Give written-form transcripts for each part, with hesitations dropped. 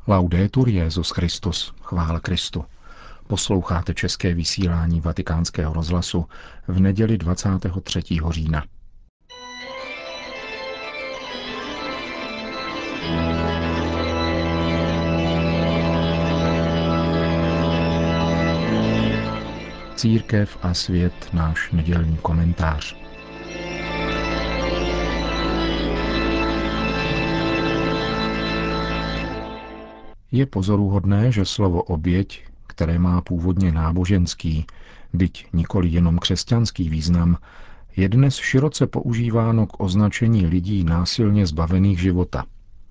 Laudetur Jesus Christus, chvála Kristu. Posloucháte české vysílání Vatikánského rozhlasu v neděli 23. října. Církev a svět, náš nedělní komentář. Je pozoruhodné, že slovo oběť, které má původně náboženský, byť nikoli jenom křesťanský význam, je dnes široce používáno k označení lidí násilně zbavených života.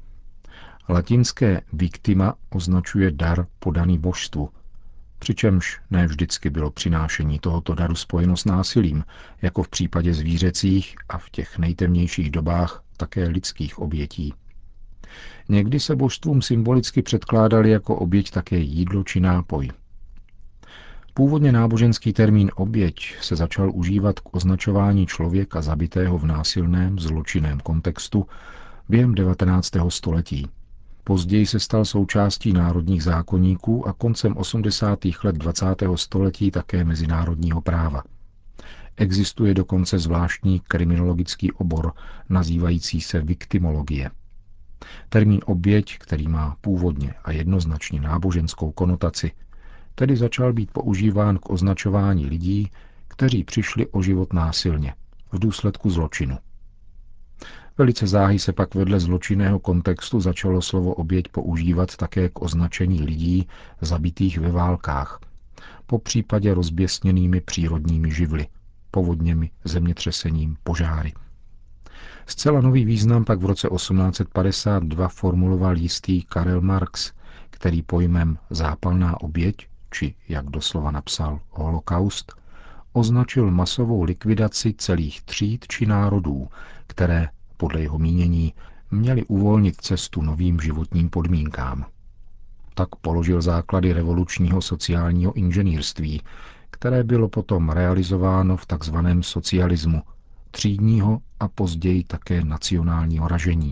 Latinské victima označuje dar podaný božstvu, přičemž ne vždycky bylo přinášení tohoto daru spojeno s násilím, jako v případě zvířecích a v těch nejtemnějších dobách také lidských obětí. Někdy se božstvům symbolicky předkládali jako oběť také jídlo či nápoj. Původně náboženský termín oběť se začal užívat k označování člověka zabitého v násilném, zločinném kontextu během 19. století. Později se stal součástí národních zákoníků a koncem 80. let 20. století také mezinárodního práva. Existuje dokonce zvláštní kriminologický obor nazývající se viktimologie. Termín oběť, který má původně a jednoznačně náboženskou konotaci, tedy začal být používán k označování lidí, kteří přišli o život násilně, v důsledku zločinu. Velice záhy se pak vedle zločinného kontextu začalo slovo oběť používat také k označení lidí zabitých ve válkách, po případě rozběsněnými přírodními živly, povodněmi, zemětřesením, požáry. Zcela nový význam pak v roce 1852 formuloval jistý Karel Marx, který pojmem zápalná oběť, či jak doslova napsal holokaust, označil masovou likvidaci celých tříd či národů, které, podle jeho mínění, měly uvolnit cestu novým životním podmínkám. Tak položil základy revolučního sociálního inženýrství, které bylo potom realizováno v takzvaném socialismu, třídního a později také nacionálního ražení.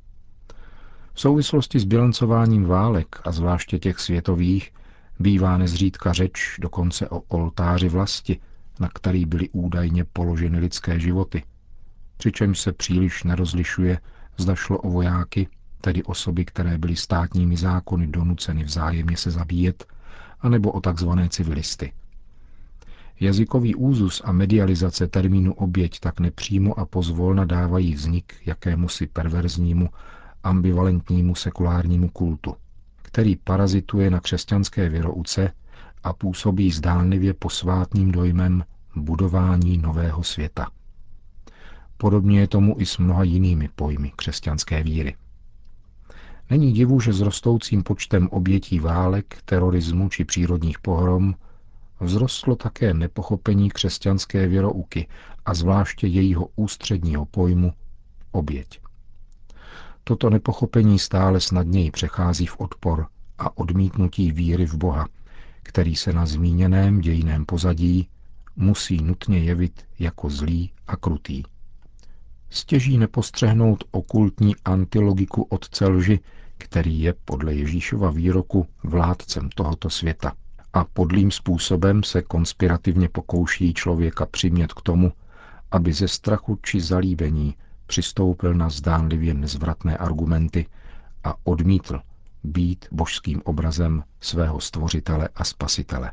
V souvislosti s bilancováním válek a zvláště těch světových bývá nezřídka řeč dokonce o oltáři vlasti, na který byly údajně položeny lidské životy, přičemž se příliš nerozlišuje, zda šlo o vojáky, tedy osoby, které byly státními zákony donuceny vzájemně se zabíjet, anebo o takzvané civilisty. Jazykový úzus a medializace termínu oběť tak nepřímo a pozvolna dávají vznik jakémusi perverznímu, ambivalentnímu sekulárnímu kultu, který parazituje na křesťanské věrouce a působí zdánlivě posvátným dojmem budování nového světa. Podobně je tomu i s mnoha jinými pojmy křesťanské víry. Není divu, že s rostoucím počtem obětí válek, terorismu či přírodních pohrom vzrostlo také nepochopení křesťanské věrouky a zvláště jejího ústředního pojmu oběť. Toto nepochopení stále snadněji přechází v odpor a odmítnutí víry v Boha, který se na zmíněném dějinném pozadí musí nutně jevit jako zlý a krutý. Stěží nepostřehnout okultní antilogiku otce lži, který je podle Ježíšova výroku vládcem tohoto světa a podlým způsobem se konspirativně pokouší člověka přimět k tomu, aby ze strachu či zalíbení přistoupil na zdánlivě nezvratné argumenty a odmítl být božským obrazem svého stvořitele a spasitele.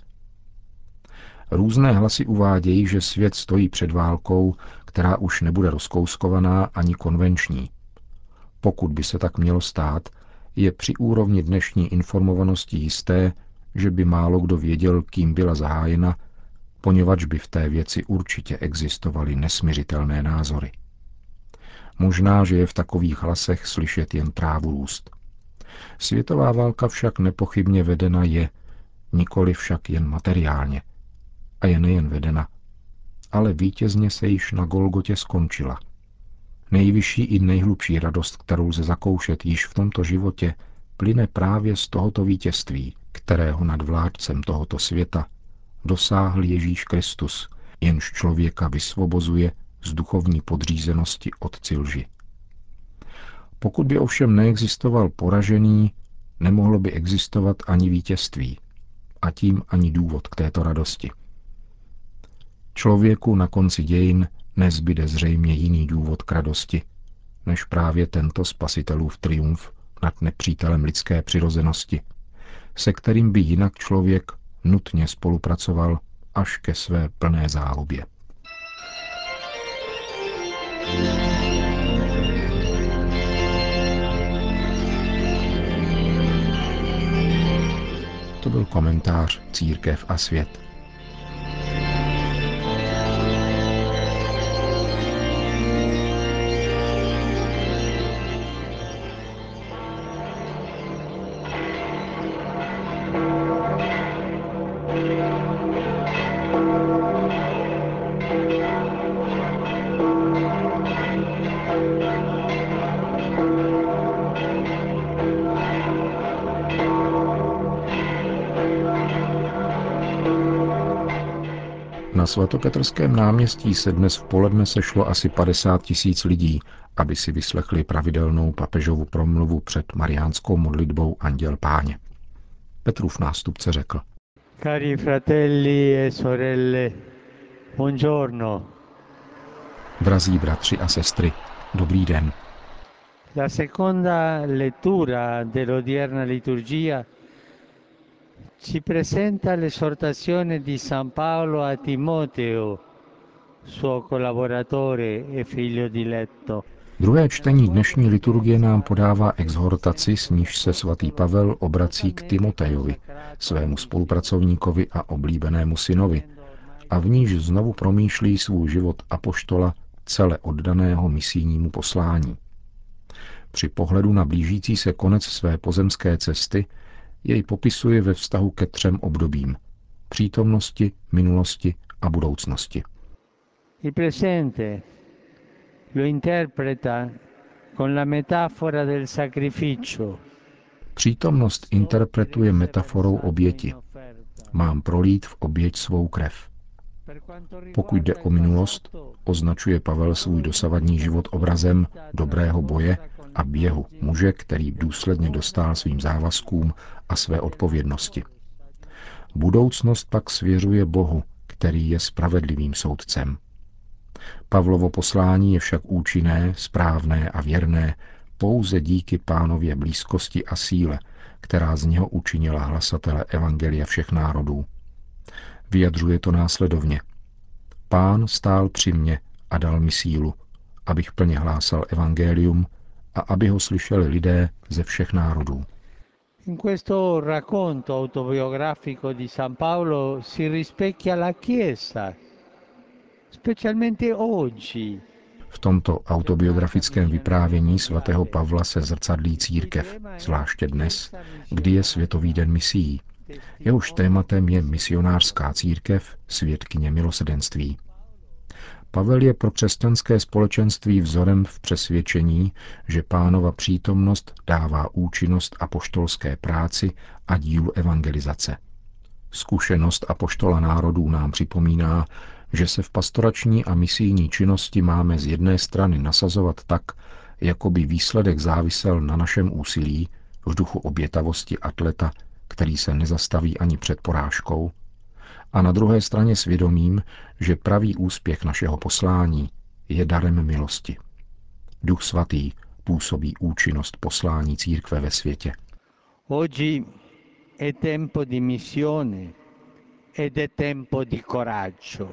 Různé hlasy uvádějí, že svět stojí před válkou, která už nebude rozkouskovaná ani konvenční. Pokud by se tak mělo stát, je při úrovni dnešní informovanosti jisté, že by málo kdo věděl, kým byla zahájena, poněvadž by v té věci určitě existovaly nesmiřitelné názory. Možná, že je v takových hlasech slyšet jen trávu růst. Světová válka však nepochybně vedena je, nikoli však jen materiálně. A je nejen vedena, ale vítězně se již na Golgotě skončila. Nejvyšší i nejhlubší radost, kterou lze zakoušet již v tomto životě, plyne právě z tohoto vítězství, kterého nad vládcem tohoto světa dosáhl Ježíš Kristus, jenž člověka vysvobozuje z duchovní podřízenosti otci lži. Pokud by ovšem neexistoval poražený, nemohlo by existovat ani vítězství, a tím ani důvod k této radosti. Člověku na konci dějin nezbyde zřejmě jiný důvod k radosti, než právě tento spasitelův triumf nad nepřítelem lidské přirozenosti, se kterým by jinak člověk nutně spolupracoval až ke své plné zálubě. To byl komentář Církev a svět. Na svatopetrském náměstí se dnes v poledne sešlo asi 50 000 lidí, aby si vyslechli pravidelnou papežovu promluvu před mariánskou modlitbou Anděl Páně. Petrův nástupce řekl: Cari fratelli e sorelle, buongiorno. Drazí bratři a sestry, dobrý den. La seconda lettura dell'odierna liturgia ci presenta l'esortazione di San Paolo a Timoteo, suo collaboratore e figlio diletto. Druhé čtení dnešní liturgie nám podává exhortaci, s níž se svatý Pavel obrací k Timotejovi, svému spolupracovníkovi a oblíbenému synovi, a v níž znovu promýšlí svůj život apoštola cele oddaného misijnímu poslání. Při pohledu na blížící se konec své pozemské cesty jej popisuje ve vztahu ke 3 obdobím: přítomnosti, minulosti a budoucnosti. Il presente lo interpreta con la metafora del sacrificio. Přítomnost interpretuje metaforou oběti. Mám prolít v oběť svou krev. Pokud jde o minulost, označuje Pavel svůj dosavadní život obrazem dobrého boje a běhu muže, který důsledně dostál svým závazkům a své odpovědnosti. Budoucnost pak svěřuje Bohu, který je spravedlivým soudcem. Pavlovo poslání je však účinné, správné a věrné pouze díky Pánově blízkosti a síle, která z něho učinila hlasatele evangelia všech národů. Vyjadřuje to následovně: Pán stál při mně a dal mi sílu, abych plně hlásal evangelium a aby ho slyšeli lidé ze všech národů. In questo racconto autobiografico di San Paolo si rispecchia la Chiesa, specialmente oggi. V tomto autobiografickém vyprávění svatého Pavla se zrcadlí církev, zvláště dnes, kdy je Světový den misií. Jehož tématem je misionářská církev, svědkyně milosrdenství. Pavel je pro křesťanské společenství vzorem v přesvědčení, že Pánova přítomnost dává účinnost apoštolské práci a dílu evangelizace. Zkušenost apoštola národů nám připomíná, že se v pastorační a misijní činnosti máme z jedné strany nasazovat tak, jako by výsledek závisel na našem úsilí, v duchu obětavosti atleta, který se nezastaví ani před porážkou, a na druhé straně svědomím, že pravý úspěch našeho poslání je darem milosti. Duch svatý působí účinnost poslání církve ve světě. Oggi è tempo di missione ed è tempo di coraggio.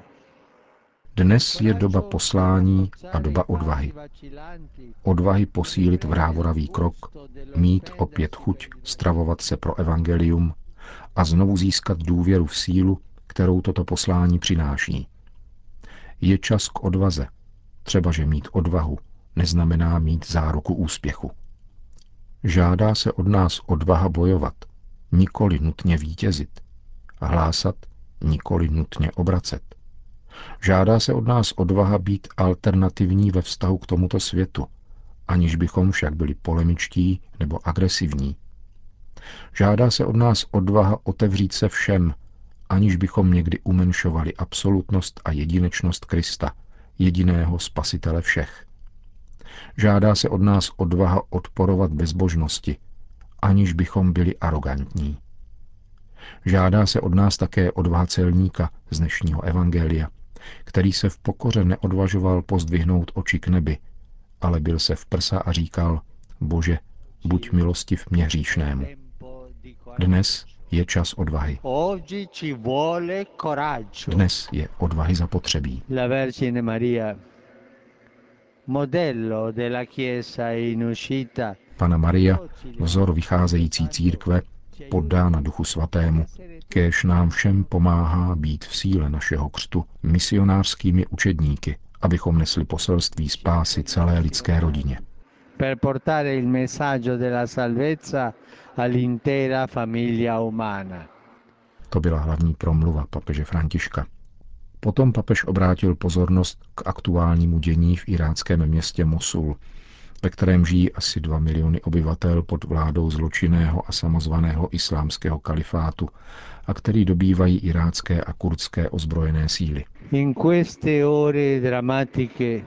Dnes je doba poslání a doba odvahy. Odvahy posílit vrávoravý krok, mít opět chuť stravovat se pro evangelium a znovu získat důvěru v sílu, kterou toto poslání přináší. Je čas k odvaze, třebaže mít odvahu neznamená mít záruku úspěchu. Žádá se od nás odvaha bojovat, nikoli nutně vítězit, hlásat, nikoli nutně obracet. Žádá se od nás odvaha být alternativní ve vztahu k tomuto světu, aniž bychom však byli polemičtí nebo agresivní. Žádá se od nás odvaha otevřít se všem, aniž bychom někdy umenšovali absolutnost a jedinečnost Krista, jediného spasitele všech. Žádá se od nás odvaha odporovat bezbožnosti, aniž bychom byli arogantní. Žádá se od nás také odvaha celníka z dnešního evangelia, který se v pokoře neodvažoval pozdvihnout oči k nebi, ale byl se v prsa a říkal: Bože, buď milostiv mě hříšnému. Dnes je čas odvahy. Dnes je odvahy zapotřebí. La Vergine Maria, modello della Chiesa in uscita, Panna Maria, vzor vycházející církve, poddána Duchu Svatému, kéž nám všem pomáhá být v síle našeho křtu misionářskými učedníky, abychom nesli poselství spásy celé lidské rodině. per portare il messaggio della salvezza all'intera famiglia umana. To byla hlavní promluva papeže Františka. Potom papež obrátil pozornost k aktuálnímu dění v iráckém městě Mosul, ve kterém žijí asi 2 miliony obyvatel pod vládou zločinného a samozvaného islámského kalifátu a který dobývají irácké a kurdské ozbrojené síly. In queste ore drammatiche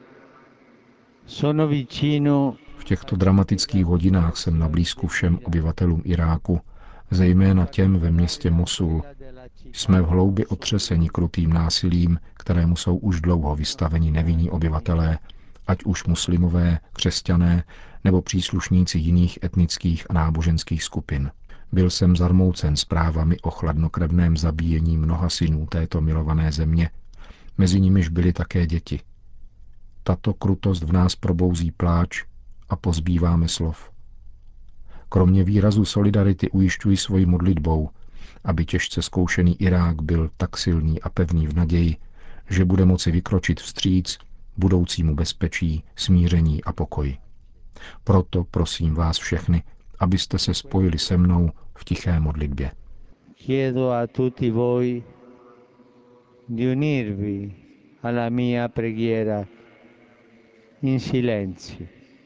sono vicino. V těchto dramatických hodinách jsem na blízku všem obyvatelům Iráku, zejména těm ve městě Mosul. Jsme v hloubi otřeseni krutým násilím, kterému jsou už dlouho vystaveni nevinní obyvatelé, ať už muslimové, křesťané nebo příslušníci jiných etnických a náboženských skupin. Byl jsem zarmoucen zprávami o chladnokrevném zabíjení mnoha synů této milované země, mezi nimiž byly také děti. Tato krutost v nás probouzí pláč a pozbýváme slov. Kromě výrazu solidarity ujišťuji svojí modlitbou, aby těžce zkoušený Irák byl tak silný a pevný v naději, že bude moci vykročit vstříc budoucímu bezpečí, smíření a pokoji. Proto prosím vás všechny, abyste se spojili se mnou v tiché modlitbě. Chiedo a tutti voi di unirvi alla mia preghiera in silenzio.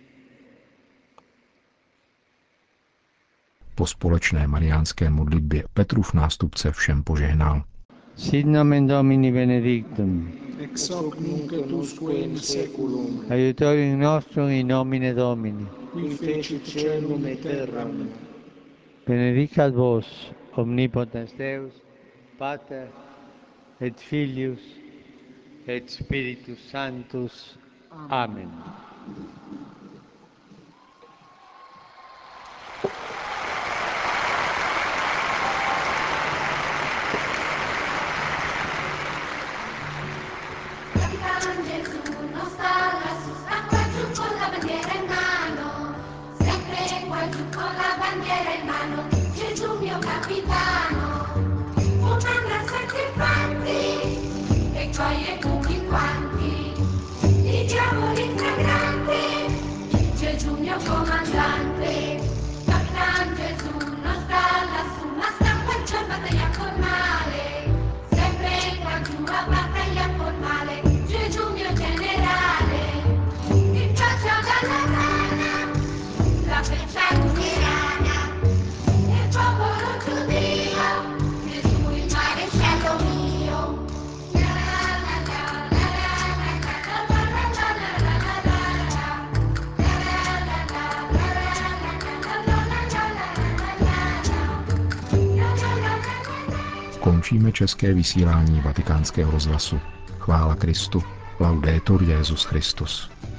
Po společné mariánské modlitbě Petrův nástupce všem požehnal. Sit nomen Domini benedictum. Ex hoc nunc et usque in seculum. Aiutorium nostrum in nomine Domini. Qui fecit caelum et terram. Benedicat vos, omnipotens Deus, Pater et Filius et Spiritus Sanctus. Amen. Končíme české vysílání Vatikánského rozhlasu. Chvála Kristu. Laudetur Jesus Christus.